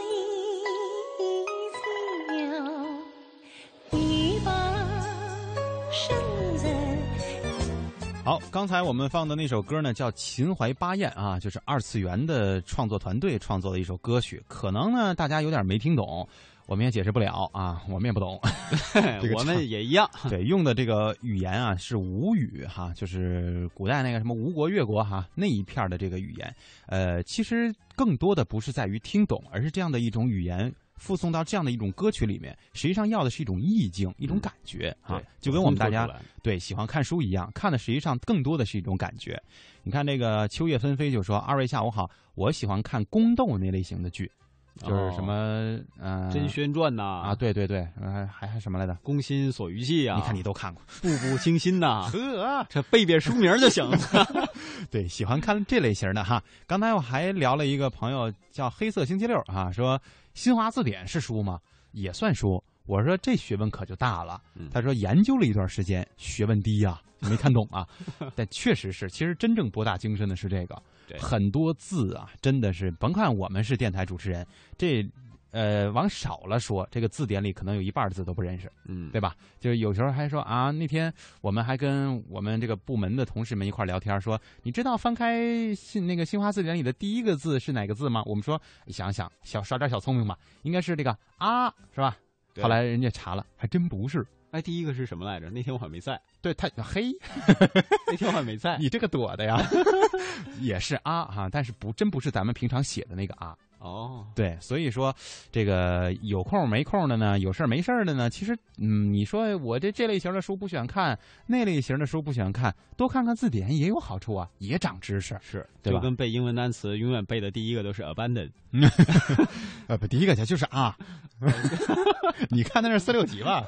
已悄，一把生人。 好，刚才我们放的那首歌呢，叫《秦淮八艳》啊，就是二次元的创作团队创作的一首歌曲。可能呢，大家有点没听懂，我们也解释不了啊，我们也不懂。 我们也一样。 对，用的这个语言啊是吴语哈，就是古代那个什么吴国、越国哈那一片的这个语言。其实更多的不是在于听懂，而是这样的一种语言附送到这样的一种歌曲里面，实际上要的是一种意境、一种感觉啊，就跟我们大家对喜欢看书一样，看的实际上更多的是一种感觉。你看这个秋叶纷飞就说：“二位下午好，我喜欢看宫斗那类型的剧。”就是什么甄轩传呐啊，对对对，还什么来着？ 宫心锁玉器啊， 你看你都看过， 步步惊心呐，这背背书名就行了。 对，喜欢看这类型的哈。刚才我还聊了一个朋友叫黑色星期六啊，说新华字典是书吗？也算书。我说这学问可就大了。他说研究了一段时间，学问低呀，没看懂啊。但确实是，其实真正博大精深的是这个。很多字啊，真的是甭看我们是电台主持人，这往少了说，这个字典里可能有一半字都不认识，对吧？就是有时候还说啊，那天我们还跟我们这个部门的同事们一块聊天，说你知道翻开那个新华字典里的第一个字是哪个字吗？我们说想想耍点小聪明吧，应该是这个啊，是吧？后来人家查了，还真不是。 哎，第一个是什么来着？那天我好像没在。 对，他嘿， 那天我好像没在。 你这个躲的呀，也是啊哈，但是真不是咱们平常写的那个啊。 哦， 对，所以说这个有空没空的呢，有事没事的呢，其实你说我这类型的书不喜欢看，那类型的书不喜欢看，多看看字典也有好处啊，也长知识， 是， 对吧？ 就跟背英文单词，永远背的第一个都是 abandon， 不，第一个就是啊，你看的是4、6级吧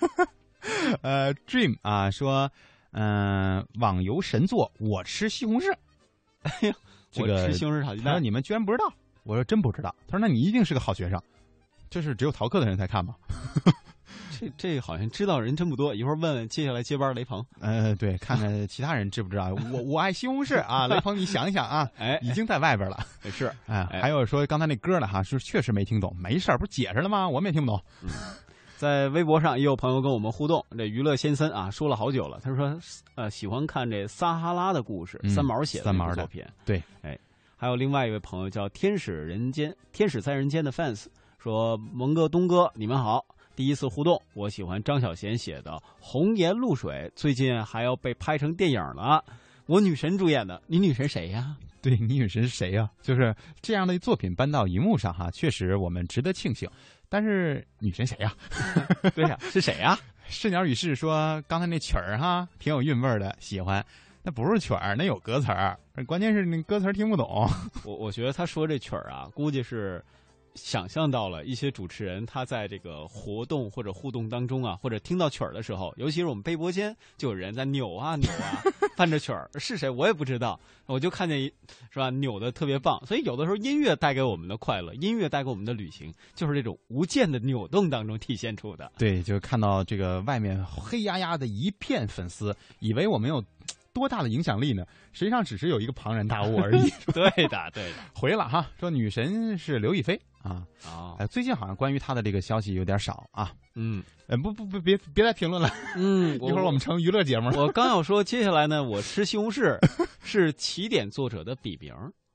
？Dream 啊说，网游神作，我吃西红柿。 哎呀， 这个我吃西红柿炒鸡蛋， 你们居然不知道？我说真不知道。他说那你一定是个好学生，这是只有逃课的人才看吗？ 这好像知道人真不多，一会儿问问接下来接班雷鹏。 对，看看其他人知不知道。我爱西红柿啊，雷鹏你想一想啊，已经在外边了。 是， 还有说刚才那歌呢哈，是确实没听懂，没事儿，不是解释了吗？我们也听不懂。 在微博上也有朋友跟我们互动，这娱乐先森啊说了好久了，他说喜欢看这撒哈拉的故事，三毛写的作品。 对， 还有另外一位朋友叫天使在人间的 fans 说，蒙哥东哥你们好，第一次互动，我喜欢张小娴写的《红颜露水》，最近还要被拍成电影了，我女神主演的，你女神谁呀？ 对，你女神是谁呀？就是这样的作品搬到荧幕上哈，确实我们值得庆幸。但是女神谁呀？ 对呀，是谁呀？ 是鸟与世说刚才那曲儿哈，挺有韵味的，喜欢。那不是曲儿，那有歌词儿，关键是那歌词儿听不懂。 我觉得他说这曲儿啊，估计是想象到了一些主持人他在这个活动或者互动当中啊，或者听到曲儿的时候，尤其是我们背播间就有人在扭啊扭啊，伴着曲儿，是谁我也不知道，我就看见是吧，扭的特别棒。所以有的时候音乐带给我们的快乐，音乐带给我们的旅行，就是这种无间的扭动当中体现出的。 对，就看到这个外面黑压压的一片粉丝，以为我们有多大的影响力呢？实际上只是有一个庞然大物而已。 对的，对的。 回了哈，说女神是刘亦菲啊。最近好像关于她的这个消息有点少啊。别再评论了。一会儿我们成娱乐节目。 我刚要说，接下来呢，我吃西红柿是起点作者的笔名。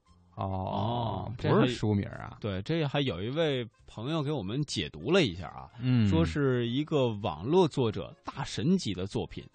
不是书名啊。 对，这还有一位朋友给我们解读了一下啊，说是一个网络作者大神级的作品。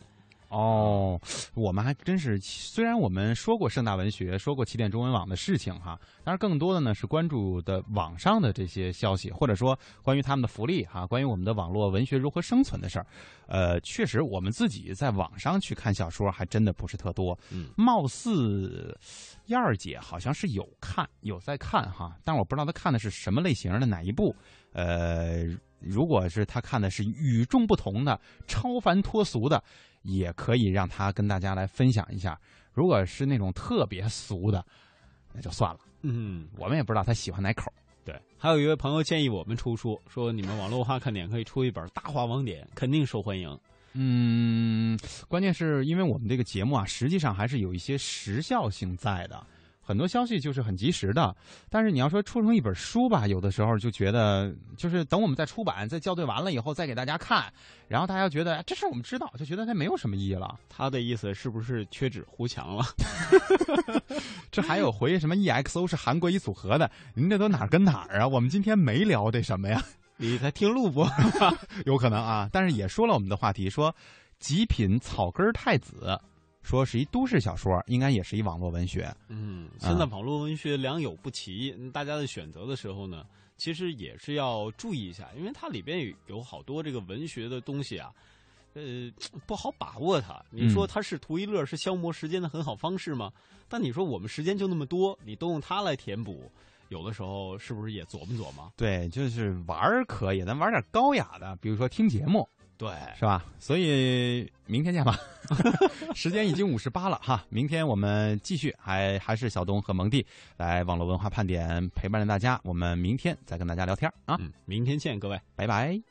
哦，我们还真是，虽然我们说过盛大文学，说过起点中文网的事情哈，但是更多的呢是关注的网上的这些消息，或者说关于他们的福利哈，关于我们的网络文学如何生存的事儿。确实我们自己在网上去看小说还真的不是特多。貌似燕儿姐好像是有在看哈，但我不知道她看的是什么类型的哪一部。如果是她看的是与众不同的、超凡脱俗的，也可以让他跟大家来分享一下。如果是那种特别俗的，那就算了。我们也不知道他喜欢哪口。 对，还有一位朋友建议我们出书，说你们网络文化看点可以出一本《大话网点》，肯定受欢迎。 关键是因为我们这个节目啊，实际上还是有一些时效性在的。很多消息就是很及时的，但是你要说出成一本书吧，有的时候就觉得，就是等我们再出版、再校对完了以后再给大家看，然后大家觉得这事我们知道，就觉得它没有什么意义了。 他的意思是不是缺纸糊墙了？ 这还有回什么 EXO 是韩国一组合的，您这都哪儿跟哪儿啊？我们今天没聊这什么呀？ 你在听录播？ 有可能啊，但是也说了我们的话题，说极品草根太子。说是一都市小说，应该也是一网络文学。 现在网络文学良莠不齐，大家在选择的时候呢，其实也是要注意一下，因为它里边有好多这个文学的东西啊，不好把握它。你说它是图一乐，是消磨时间的很好方式吗？但你说我们时间就那么多，你都用它来填补，有的时候是不是也琢磨琢磨？ 对，就是玩可以，咱玩点高雅的，比如说听节目。 对， 是吧？所以明天见吧。时间已经58了哈，明天我们继续，还是小东和蒙蒂来网络文化判点陪伴着大家。我们明天再跟大家聊天啊。 明天见，各位， 拜拜。